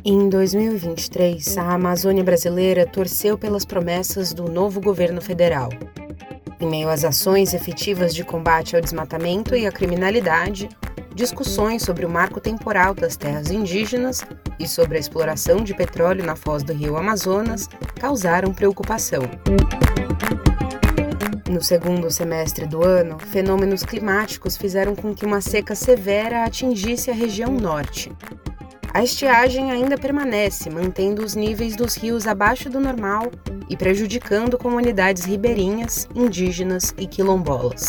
Em 2023, a Amazônia brasileira torceu pelas promessas do novo governo federal. Em meio às ações efetivas de combate ao desmatamento e à criminalidade, discussões sobre o marco temporal das terras indígenas e sobre a exploração de petróleo na foz do rio Amazonas causaram preocupação. No segundo semestre do ano, fenômenos climáticos fizeram com que uma seca severa atingisse a região norte. A estiagem ainda permanece, mantendo os níveis dos rios abaixo do normal e prejudicando comunidades ribeirinhas, indígenas e quilombolas.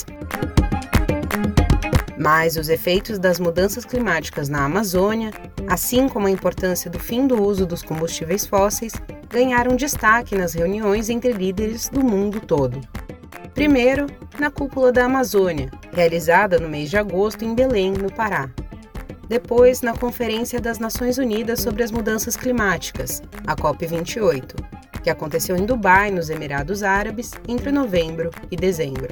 Mas os efeitos das mudanças climáticas na Amazônia, assim como a importância do fim do uso dos combustíveis fósseis, ganharam destaque nas reuniões entre líderes do mundo todo. Primeiro, na Cúpula da Amazônia, realizada no mês de agosto em Belém, no Pará. Depois, na Conferência das Nações Unidas sobre as Mudanças Climáticas, a COP28, que aconteceu em Dubai, nos Emirados Árabes, entre novembro e dezembro.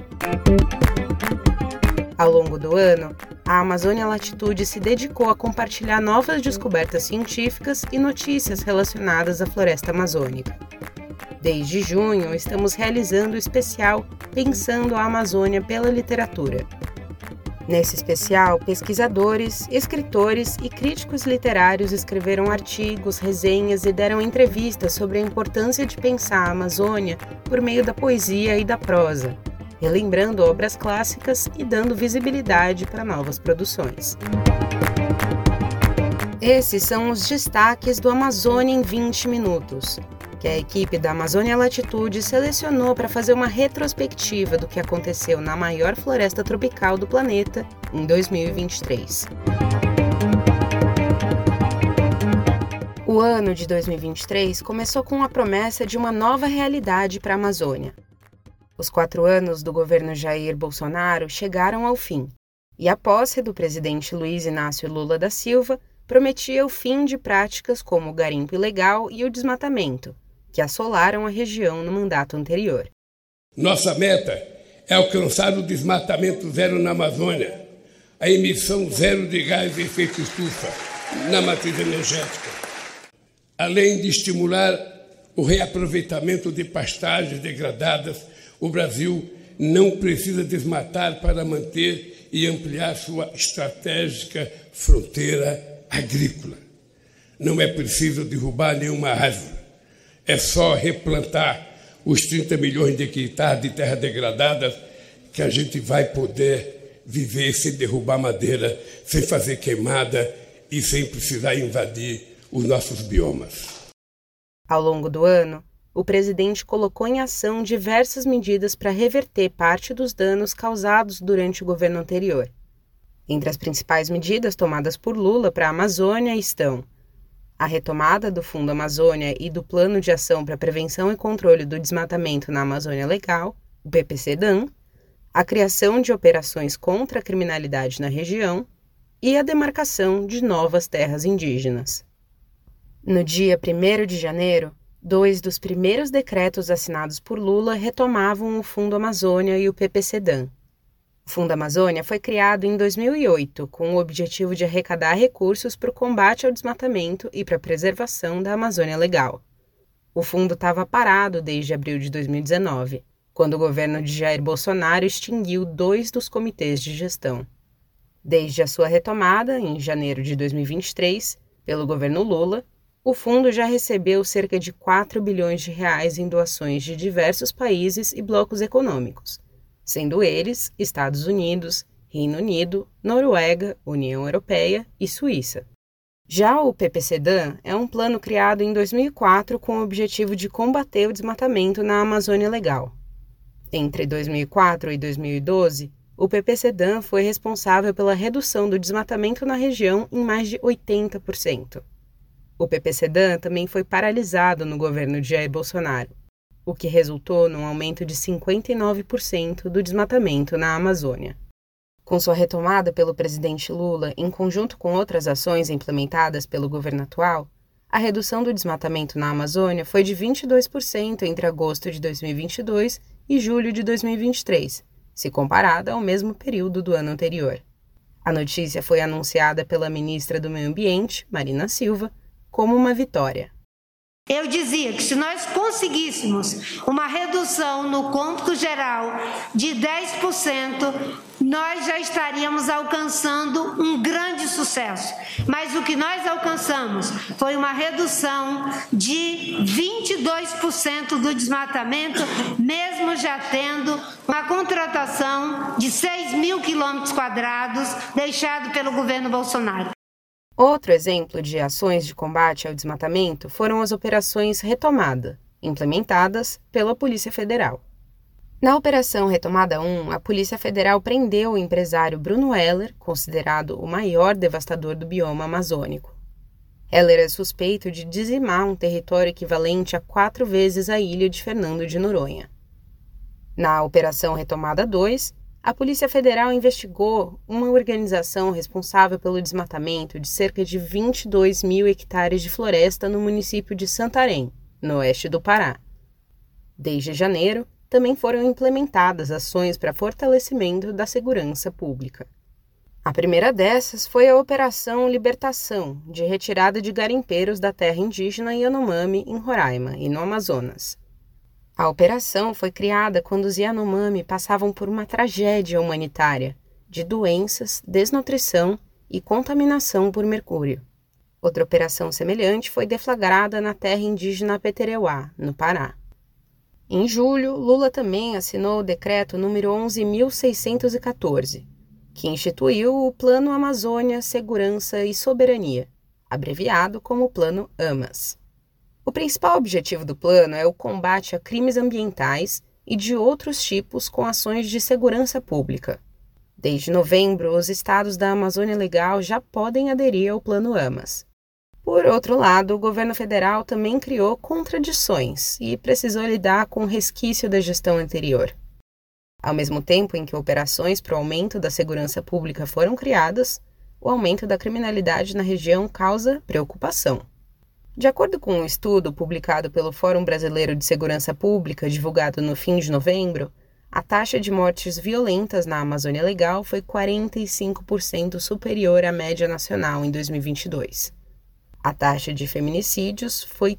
Ao longo do ano, a Amazônia Latitude se dedicou a compartilhar novas descobertas científicas e notícias relacionadas à floresta amazônica. Desde junho, estamos realizando o especial Pensando a Amazônia pela Literatura. Nesse especial, pesquisadores, escritores e críticos literários escreveram artigos, resenhas e deram entrevistas sobre a importância de pensar a Amazônia por meio da poesia e da prosa, relembrando obras clássicas e dando visibilidade para novas produções. Esses são os destaques do Amazônia em 20 minutos, que a equipe da Amazônia Latitude selecionou para fazer uma retrospectiva do que aconteceu na maior floresta tropical do planeta em 2023. O ano de 2023 começou com a promessa de uma nova realidade para a Amazônia. Os 4 anos do governo Jair Bolsonaro chegaram ao fim, e a posse do presidente Luiz Inácio Lula da Silva prometia o fim de práticas como o garimpo ilegal e o desmatamento, que assolaram a região no mandato anterior. Nossa meta é alcançar o desmatamento zero na Amazônia, a emissão zero de gás de efeito estufa na matriz energética, além de estimular o reaproveitamento de pastagens degradadas. O Brasil não precisa desmatar para manter e ampliar sua estratégica fronteira agrícola. Não é preciso derrubar nenhuma árvore. É só replantar os 30 milhões de hectares de terra degradada que a gente vai poder viver sem derrubar madeira, sem fazer queimada e sem precisar invadir os nossos biomas. Ao longo do ano, o presidente colocou em ação diversas medidas para reverter parte dos danos causados durante o governo anterior. Entre as principais medidas tomadas por Lula para a Amazônia estão a retomada do Fundo Amazônia e do Plano de Ação para Prevenção e Controle do Desmatamento na Amazônia Legal, o PPCDAM, a criação de operações contra a criminalidade na região e a demarcação de novas terras indígenas. No dia 1º de janeiro, 2 dos primeiros decretos assinados por Lula retomavam o Fundo Amazônia e o PPCDAM. O Fundo Amazônia foi criado em 2008 com o objetivo de arrecadar recursos para o combate ao desmatamento e para a preservação da Amazônia Legal. O fundo estava parado desde abril de 2019, quando o governo de Jair Bolsonaro extinguiu 2 dos comitês de gestão. Desde a sua retomada, em janeiro de 2023, pelo governo Lula, o fundo já recebeu cerca de 4 bilhões de reais em doações de diversos países e blocos econômicos, sendo eles Estados Unidos, Reino Unido, Noruega, União Europeia e Suíça. Já o PPCDAM é um plano criado em 2004 com o objetivo de combater o desmatamento na Amazônia Legal. Entre 2004 e 2012, o PPCDAM foi responsável pela redução do desmatamento na região em mais de 80%. O PPCDAM também foi paralisado no governo de Jair Bolsonaro, o que resultou num aumento de 59% do desmatamento na Amazônia. Com sua retomada pelo presidente Lula, em conjunto com outras ações implementadas pelo governo atual, a redução do desmatamento na Amazônia foi de 22% entre agosto de 2022 e julho de 2023, se comparada ao mesmo período do ano anterior. A notícia foi anunciada pela ministra do Meio Ambiente, Marina Silva, como uma vitória. Eu dizia que se nós conseguíssemos uma redução no cômputo geral de 10%, nós já estaríamos alcançando um grande sucesso. Mas o que nós alcançamos foi uma redução de 22% do desmatamento, mesmo já tendo uma contratação de 6 mil quilômetros quadrados deixado pelo governo Bolsonaro. Outro exemplo de ações de combate ao desmatamento foram as operações Retomada, implementadas pela Polícia Federal. Na Operação Retomada 1, a Polícia Federal prendeu o empresário Bruno Heller, considerado o maior devastador do bioma amazônico. Heller é suspeito de dizimar um território equivalente a 4 vezes a ilha de Fernando de Noronha. Na Operação Retomada 2, a Polícia Federal investigou uma organização responsável pelo desmatamento de cerca de 22 mil hectares de floresta no município de Santarém, no oeste do Pará. Desde janeiro, também foram implementadas ações para fortalecimento da segurança pública. A primeira dessas foi a Operação Libertação, de retirada de garimpeiros da terra indígena Yanomami, em Roraima e no Amazonas. A operação foi criada quando os Yanomami passavam por uma tragédia humanitária de doenças, desnutrição e contaminação por mercúrio. Outra operação semelhante foi deflagrada na terra indígena Petereuá, no Pará. Em julho, Lula também assinou o decreto número 11.614, que instituiu o Plano Amazônia, Segurança e Soberania, abreviado como Plano AMAS. O principal objetivo do plano é o combate a crimes ambientais e de outros tipos com ações de segurança pública. Desde novembro, os estados da Amazônia Legal já podem aderir ao Plano AMAS. Por outro lado, o governo federal também criou contradições e precisou lidar com o resquício da gestão anterior. Ao mesmo tempo em que operações para o aumento da segurança pública foram criadas, o aumento da criminalidade na região causa preocupação. De acordo com um estudo publicado pelo Fórum Brasileiro de Segurança Pública, divulgado no fim de novembro, a taxa de mortes violentas na Amazônia Legal foi 45% superior à média nacional em 2022. A taxa de feminicídios foi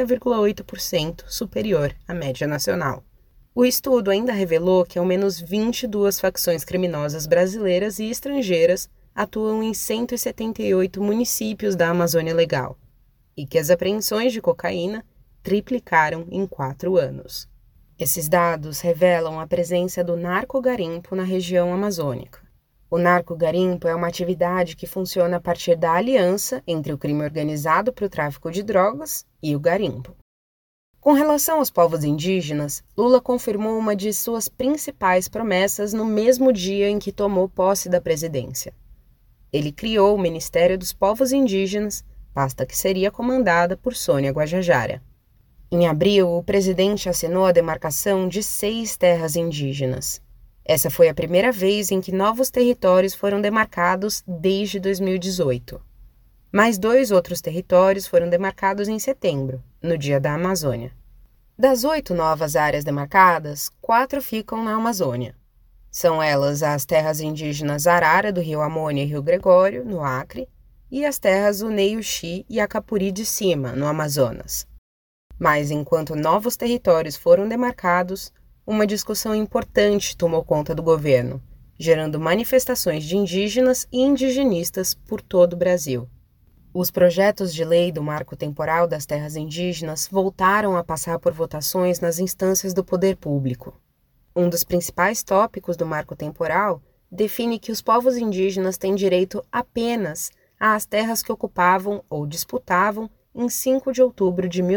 30,8% superior à média nacional. O estudo ainda revelou que ao menos 22 facções criminosas brasileiras e estrangeiras atuam em 178 municípios da Amazônia Legal, e que as apreensões de cocaína triplicaram em 4 anos. Esses dados revelam a presença do narcogarimpo na região amazônica. O narcogarimpo é uma atividade que funciona a partir da aliança entre o crime organizado para o tráfico de drogas e o garimpo. Com relação aos povos indígenas, Lula confirmou uma de suas principais promessas no mesmo dia em que tomou posse da presidência. Ele criou o Ministério dos Povos Indígenas, pasta que seria comandada por Sônia Guajajara. Em abril, o presidente assinou a demarcação de 6 terras indígenas. Essa foi a primeira vez em que novos territórios foram demarcados desde 2018. Mais 2 outros territórios foram demarcados em setembro, no Dia da Amazônia. Das 8 novas áreas demarcadas, 4 ficam na Amazônia. São elas as terras indígenas Arara, do Rio Amônia e Rio Gregório, no Acre, e as terras Unei-Uxi e Acapuri de Cima, no Amazonas. Mas, enquanto novos territórios foram demarcados, uma discussão importante tomou conta do governo, gerando manifestações de indígenas e indigenistas por todo o Brasil. Os projetos de lei do Marco Temporal das Terras Indígenas voltaram a passar por votações nas instâncias do poder público. Um dos principais tópicos do Marco Temporal define que os povos indígenas têm direito apenas às terras que ocupavam ou disputavam em 5 de outubro de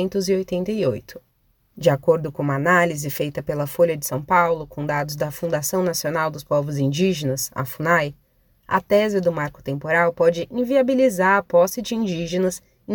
1988. De acordo com uma análise feita pela Folha de São Paulo com dados da Fundação Nacional dos Povos Indígenas, a FUNAI, a tese do marco temporal pode inviabilizar a posse de indígenas em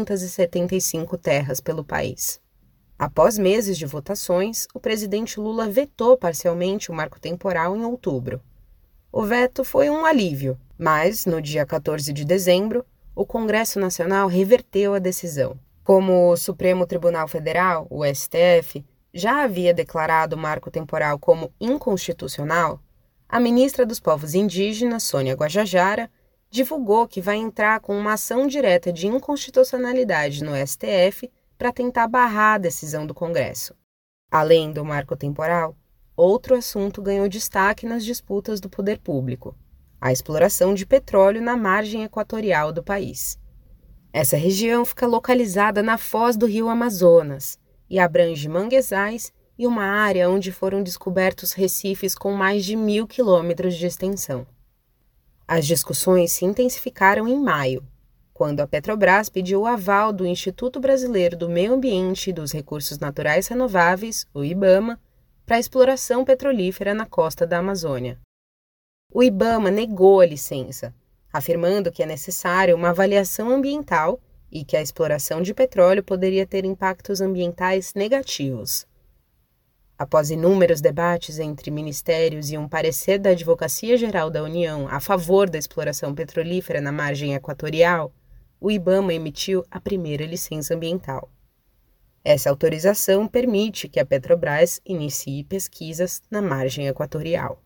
275 terras pelo país. Após meses de votações, o presidente Lula vetou parcialmente o marco temporal em outubro. O veto foi um alívio, mas, no dia 14 de dezembro, o Congresso Nacional reverteu a decisão. Como o Supremo Tribunal Federal, o STF, já havia declarado o marco temporal como inconstitucional, a ministra dos Povos Indígenas, Sônia Guajajara, divulgou que vai entrar com uma ação direta de inconstitucionalidade no STF para tentar barrar a decisão do Congresso. Além do marco temporal, outro assunto ganhou destaque nas disputas do poder público: a exploração de petróleo na margem equatorial do país. Essa região fica localizada na foz do rio Amazonas e abrange manguezais e uma área onde foram descobertos recifes com mais de 1.000 quilômetros de extensão. As discussões se intensificaram em maio, quando a Petrobras pediu o aval do Instituto Brasileiro do Meio Ambiente e dos Recursos Naturais Renováveis, o IBAMA, para a exploração petrolífera na costa da Amazônia. O IBAMA negou a licença, afirmando que é necessária uma avaliação ambiental e que a exploração de petróleo poderia ter impactos ambientais negativos. Após inúmeros debates entre ministérios e um parecer da Advocacia Geral da União a favor da exploração petrolífera na margem equatorial, o IBAMA emitiu a primeira licença ambiental. Essa autorização permite que a Petrobras inicie pesquisas na margem equatorial.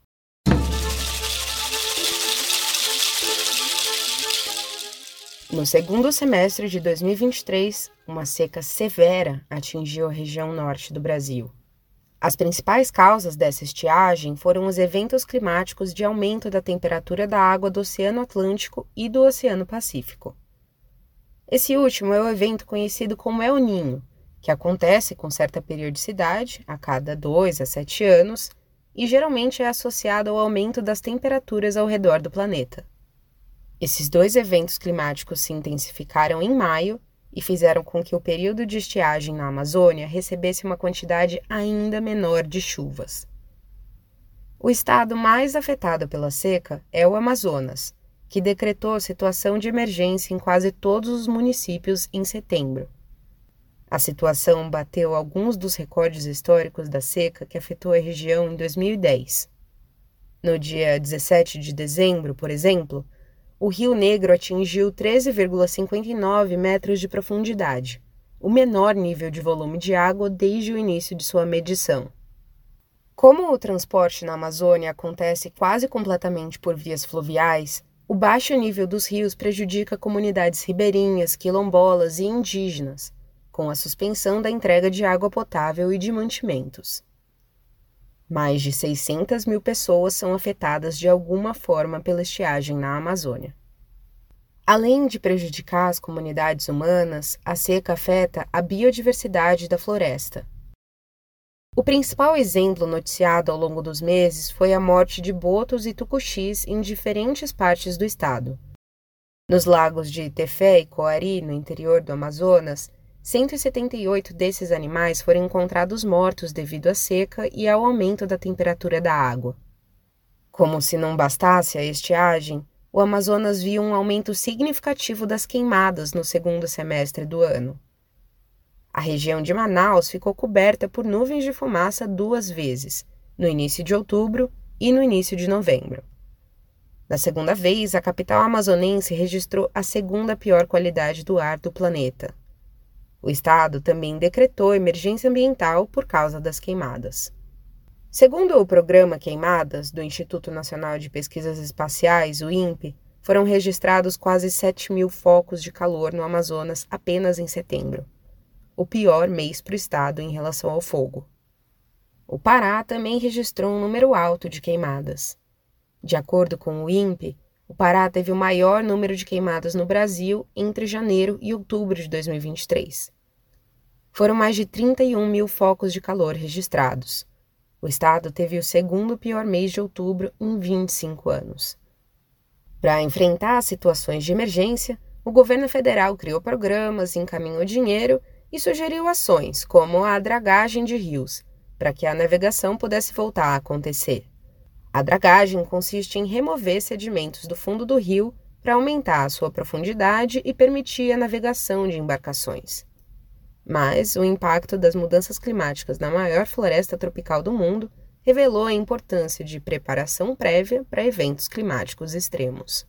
No segundo semestre de 2023, uma seca severa atingiu a região norte do Brasil. As principais causas dessa estiagem foram os eventos climáticos de aumento da temperatura da água do Oceano Atlântico e do Oceano Pacífico. Esse último é o evento conhecido como El Niño, que acontece com certa periodicidade, a cada 2 a 7 anos, e geralmente é associado ao aumento das temperaturas ao redor do planeta. Esses dois eventos climáticos se intensificaram em maio e fizeram com que o período de estiagem na Amazônia recebesse uma quantidade ainda menor de chuvas. O estado mais afetado pela seca é o Amazonas, que decretou situação de emergência em quase todos os municípios em setembro. A situação bateu alguns dos recordes históricos da seca que afetou a região em 2010. No dia 17 de dezembro, por exemplo, o Rio Negro atingiu 13,59 metros de profundidade, o menor nível de volume de água desde o início de sua medição. Como o transporte na Amazônia acontece quase completamente por vias fluviais, o baixo nível dos rios prejudica comunidades ribeirinhas, quilombolas e indígenas, com a suspensão da entrega de água potável e de mantimentos. Mais de 600 mil pessoas são afetadas de alguma forma pela estiagem na Amazônia. Além de prejudicar as comunidades humanas, a seca afeta a biodiversidade da floresta. O principal exemplo noticiado ao longo dos meses foi a morte de botos e tucuxis em diferentes partes do estado. Nos lagos de Tefé e Coari, no interior do Amazonas, 178 desses animais foram encontrados mortos devido à seca e ao aumento da temperatura da água. Como se não bastasse a estiagem, o Amazonas viu um aumento significativo das queimadas no segundo semestre do ano. A região de Manaus ficou coberta por nuvens de fumaça 2 vezes, no início de outubro e no início de novembro. Na segunda vez, a capital amazonense registrou a segunda pior qualidade do ar do planeta. O estado também decretou emergência ambiental por causa das queimadas. Segundo o programa Queimadas, do Instituto Nacional de Pesquisas Espaciais, o INPE, foram registrados quase 7.000 focos de calor no Amazonas apenas em setembro, o pior mês para o estado em relação ao fogo. O Pará também registrou um número alto de queimadas. De acordo com o INPE, o Pará teve o maior número de queimadas no Brasil entre janeiro e outubro de 2023. Foram mais de 31.000 focos de calor registrados. O estado teve o segundo pior mês de outubro em 25 anos. Para enfrentar situações de emergência, o governo federal criou programas, encaminhou dinheiro e sugeriu ações, como a dragagem de rios, para que a navegação pudesse voltar a acontecer. A dragagem consiste em remover sedimentos do fundo do rio para aumentar a sua profundidade e permitir a navegação de embarcações. Mas o impacto das mudanças climáticas na maior floresta tropical do mundo revelou a importância de preparação prévia para eventos climáticos extremos.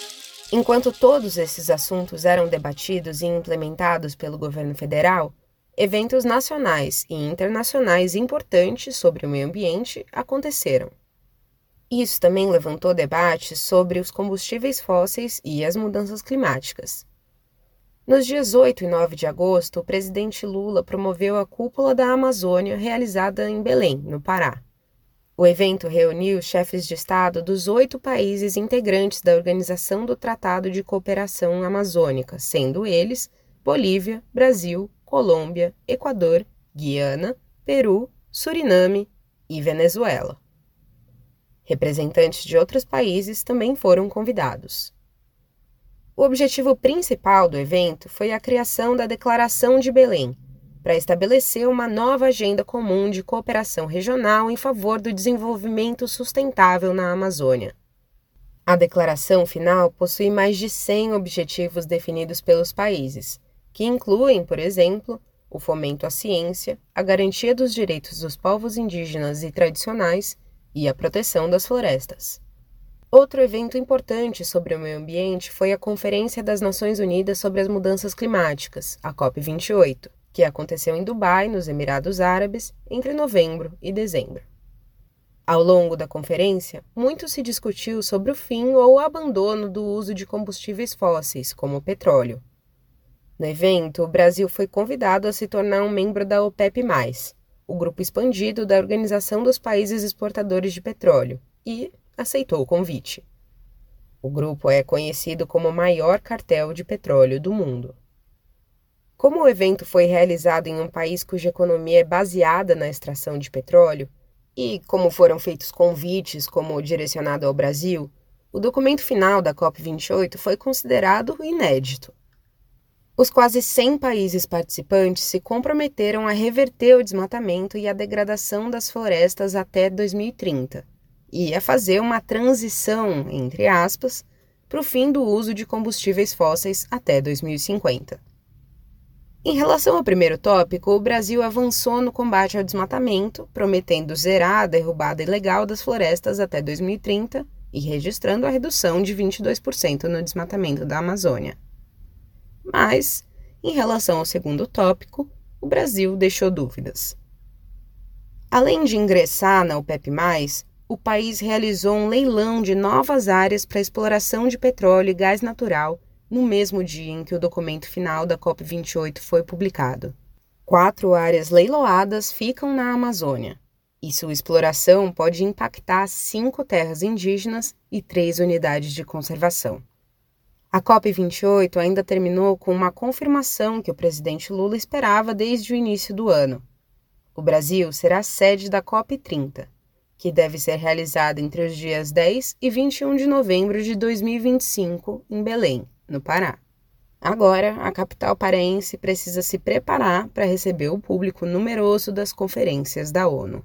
Enquanto todos esses assuntos eram debatidos e implementados pelo governo federal, Eventos nacionais e internacionais importantes sobre o meio ambiente aconteceram. Isso também levantou debates sobre os combustíveis fósseis e as mudanças climáticas. Nos dias 8 e 9 de agosto, o presidente Lula promoveu a Cúpula da Amazônia, realizada em Belém, no Pará. O evento reuniu chefes de Estado dos 8 países integrantes da Organização do Tratado de Cooperação Amazônica, sendo eles Bolívia, Brasil, Colômbia, Equador, Guiana, Peru, Suriname e Venezuela. Representantes de outros países também foram convidados. O objetivo principal do evento foi a criação da Declaração de Belém, para estabelecer uma nova agenda comum de cooperação regional em favor do desenvolvimento sustentável na Amazônia. A declaração final possui mais de 100 objetivos definidos pelos países, que incluem, por exemplo, o fomento à ciência, a garantia dos direitos dos povos indígenas e tradicionais e a proteção das florestas. Outro evento importante sobre o meio ambiente foi a Conferência das Nações Unidas sobre as Mudanças Climáticas, a COP28, que aconteceu em Dubai, nos Emirados Árabes, entre novembro e dezembro. Ao longo da conferência, muito se discutiu sobre o fim ou o abandono do uso de combustíveis fósseis, como o petróleo. No evento, o Brasil foi convidado a se tornar um membro da OPEP+, o grupo expandido da Organização dos Países Exportadores de Petróleo, e aceitou o convite. O grupo é conhecido como o maior cartel de petróleo do mundo. Como o evento foi realizado em um país cuja economia é baseada na extração de petróleo, e como foram feitos convites como o direcionado ao Brasil, o documento final da COP28 foi considerado inédito. Os quase 100 países participantes se comprometeram a reverter o desmatamento e a degradação das florestas até 2030, e a fazer uma transição, entre aspas, para o fim do uso de combustíveis fósseis até 2050. Em relação ao primeiro tópico, o Brasil avançou no combate ao desmatamento, prometendo zerar a derrubada ilegal das florestas até 2030 e registrando a redução de 22% no desmatamento da Amazônia. Mas, em relação ao segundo tópico, o Brasil deixou dúvidas. Além de ingressar na OPEP+, o país realizou um leilão de novas áreas para exploração de petróleo e gás natural no mesmo dia em que o documento final da COP28 foi publicado. 4 áreas leiloadas ficam na Amazônia, e sua exploração pode impactar 5 terras indígenas e 3 unidades de conservação. A COP28 ainda terminou com uma confirmação que o presidente Lula esperava desde o início do ano. O Brasil será a sede da COP30, que deve ser realizada entre os dias 10 e 21 de novembro de 2025, em Belém, no Pará. Agora, a capital paraense precisa se preparar para receber o público numeroso das conferências da ONU.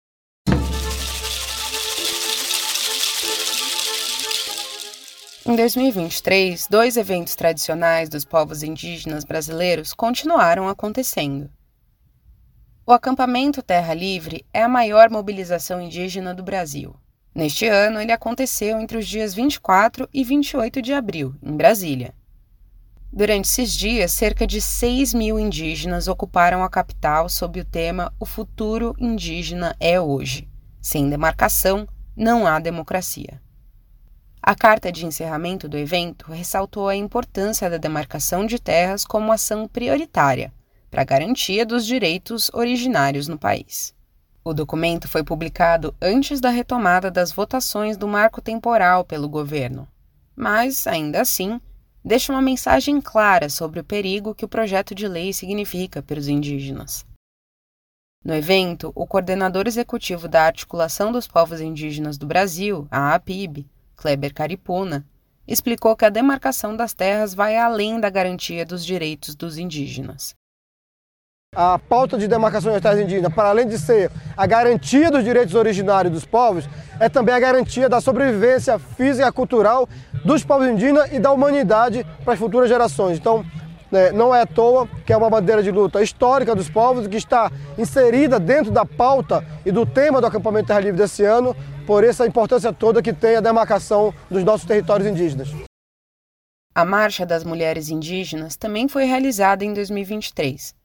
Em 2023, 2 eventos tradicionais dos povos indígenas brasileiros continuaram acontecendo. O acampamento Terra Livre é a maior mobilização indígena do Brasil. Neste ano, ele aconteceu entre os dias 24 e 28 de abril, em Brasília. Durante esses dias, cerca de 6.000 indígenas ocuparam a capital sob o tema O Futuro Indígena é Hoje. Sem demarcação, não há democracia. A carta de encerramento do evento ressaltou a importância da demarcação de terras como ação prioritária para a garantia dos direitos originários no país. O documento foi publicado antes da retomada das votações do marco temporal pelo governo, mas, ainda assim, deixa uma mensagem clara sobre o perigo que o projeto de lei significa para os indígenas. No evento, o coordenador executivo da Articulação dos Povos Indígenas do Brasil, a APIB, Kleber Caripuna, explicou que a demarcação das terras vai além da garantia dos direitos dos indígenas. A pauta de demarcação das terras indígenas, para além de ser a garantia dos direitos originários dos povos, é também a garantia da sobrevivência física e cultural dos povos indígenas e da humanidade para as futuras gerações. Então, não é à toa que é uma bandeira de luta histórica dos povos que está inserida dentro da pauta e do tema do acampamento Terra Livre desse ano, por essa importância toda que tem a demarcação dos nossos territórios indígenas. A Marcha das Mulheres Indígenas também foi realizada em 2023,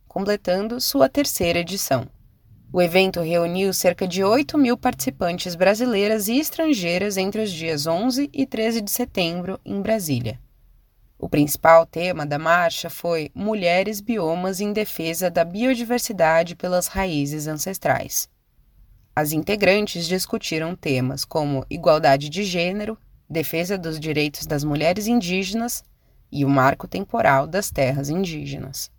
completando sua 3ª edição. O evento reuniu cerca de 8.000 participantes brasileiras e estrangeiras entre os dias 11 e 13 de setembro, em Brasília. O principal tema da marcha foi Mulheres Biomas em Defesa da Biodiversidade pelas Raízes Ancestrais. As integrantes discutiram temas como igualdade de gênero, defesa dos direitos das mulheres indígenas e o marco temporal das terras indígenas.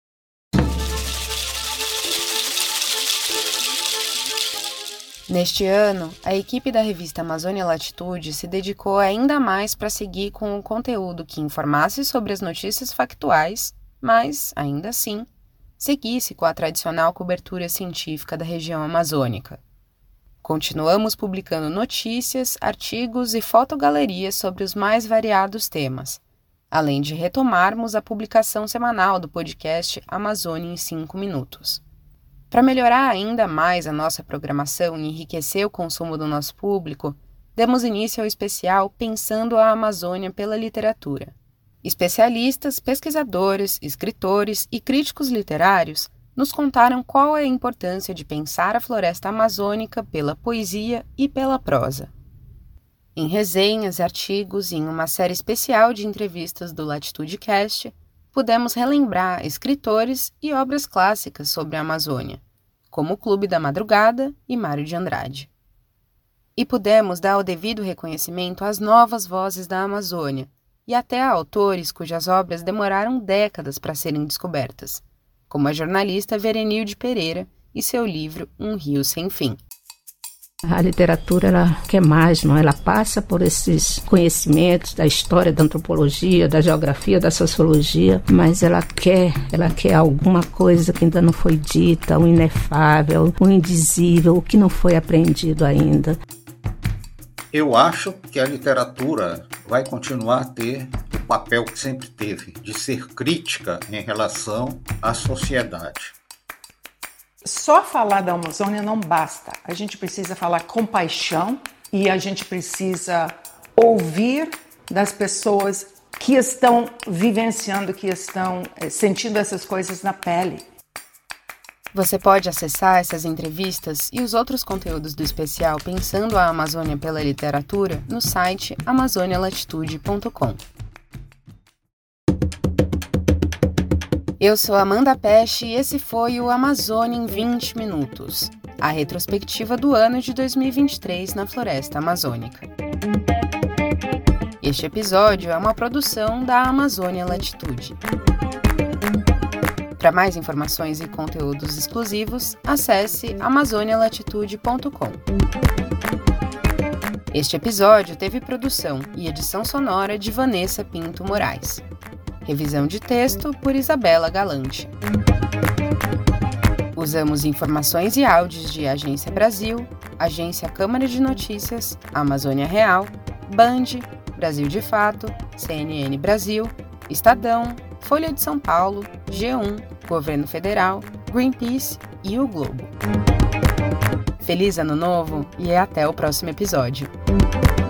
Neste ano, a equipe da revista Amazônia Latitude se dedicou ainda mais para seguir com um conteúdo que informasse sobre as notícias factuais, mas, ainda assim, seguisse com a tradicional cobertura científica da região amazônica. Continuamos publicando notícias, artigos e fotogalerias sobre os mais variados temas, além de retomarmos a publicação semanal do podcast Amazônia em 5 minutos. Para melhorar ainda mais a nossa programação e enriquecer o consumo do nosso público, demos início ao especial Pensando a Amazônia pela Literatura. Especialistas, pesquisadores, escritores e críticos literários nos contaram qual é a importância de pensar a floresta amazônica pela poesia e pela prosa. Em resenhas, artigos e em uma série especial de entrevistas do LatitudeCast, pudemos relembrar escritores e obras clássicas sobre a Amazônia, como o Clube da Madrugada e Mário de Andrade. E pudemos dar o devido reconhecimento às novas vozes da Amazônia e até a autores cujas obras demoraram décadas para serem descobertas, como a jornalista Verenilde Pereira e seu livro Um Rio Sem Fim. A literatura, ela quer mais, não? Ela passa por esses conhecimentos da história, da antropologia, da geografia, da sociologia, mas ela quer alguma coisa que ainda não foi dita, o inefável, o indizível, o que não foi aprendido ainda. Eu acho que a literatura vai continuar a ter o papel que sempre teve, de ser crítica em relação à sociedade. Só falar da Amazônia não basta. A gente precisa falar com paixão e a gente precisa ouvir das pessoas que estão vivenciando, que estão sentindo essas coisas na pele. Você pode acessar essas entrevistas e os outros conteúdos do especial Pensando a Amazônia pela Literatura no site amazonialatitude.com. Eu sou Amanda Peste e esse foi o Amazônia em 20 Minutos, a retrospectiva do ano de 2023 na floresta amazônica. Este episódio é uma produção da Amazônia Latitude. Para mais informações e conteúdos exclusivos, acesse amazonialatitude.com. Este episódio teve produção e edição sonora de Vanessa Pinto Moraes. Revisão de texto por Isabela Galante. Usamos informações e áudios de Agência Brasil, Agência Câmara de Notícias, Amazônia Real, Band, Brasil de Fato, CNN Brasil, Estadão, Folha de São Paulo, G1, Governo Federal, Greenpeace e o Globo. Feliz Ano Novo e até o próximo episódio.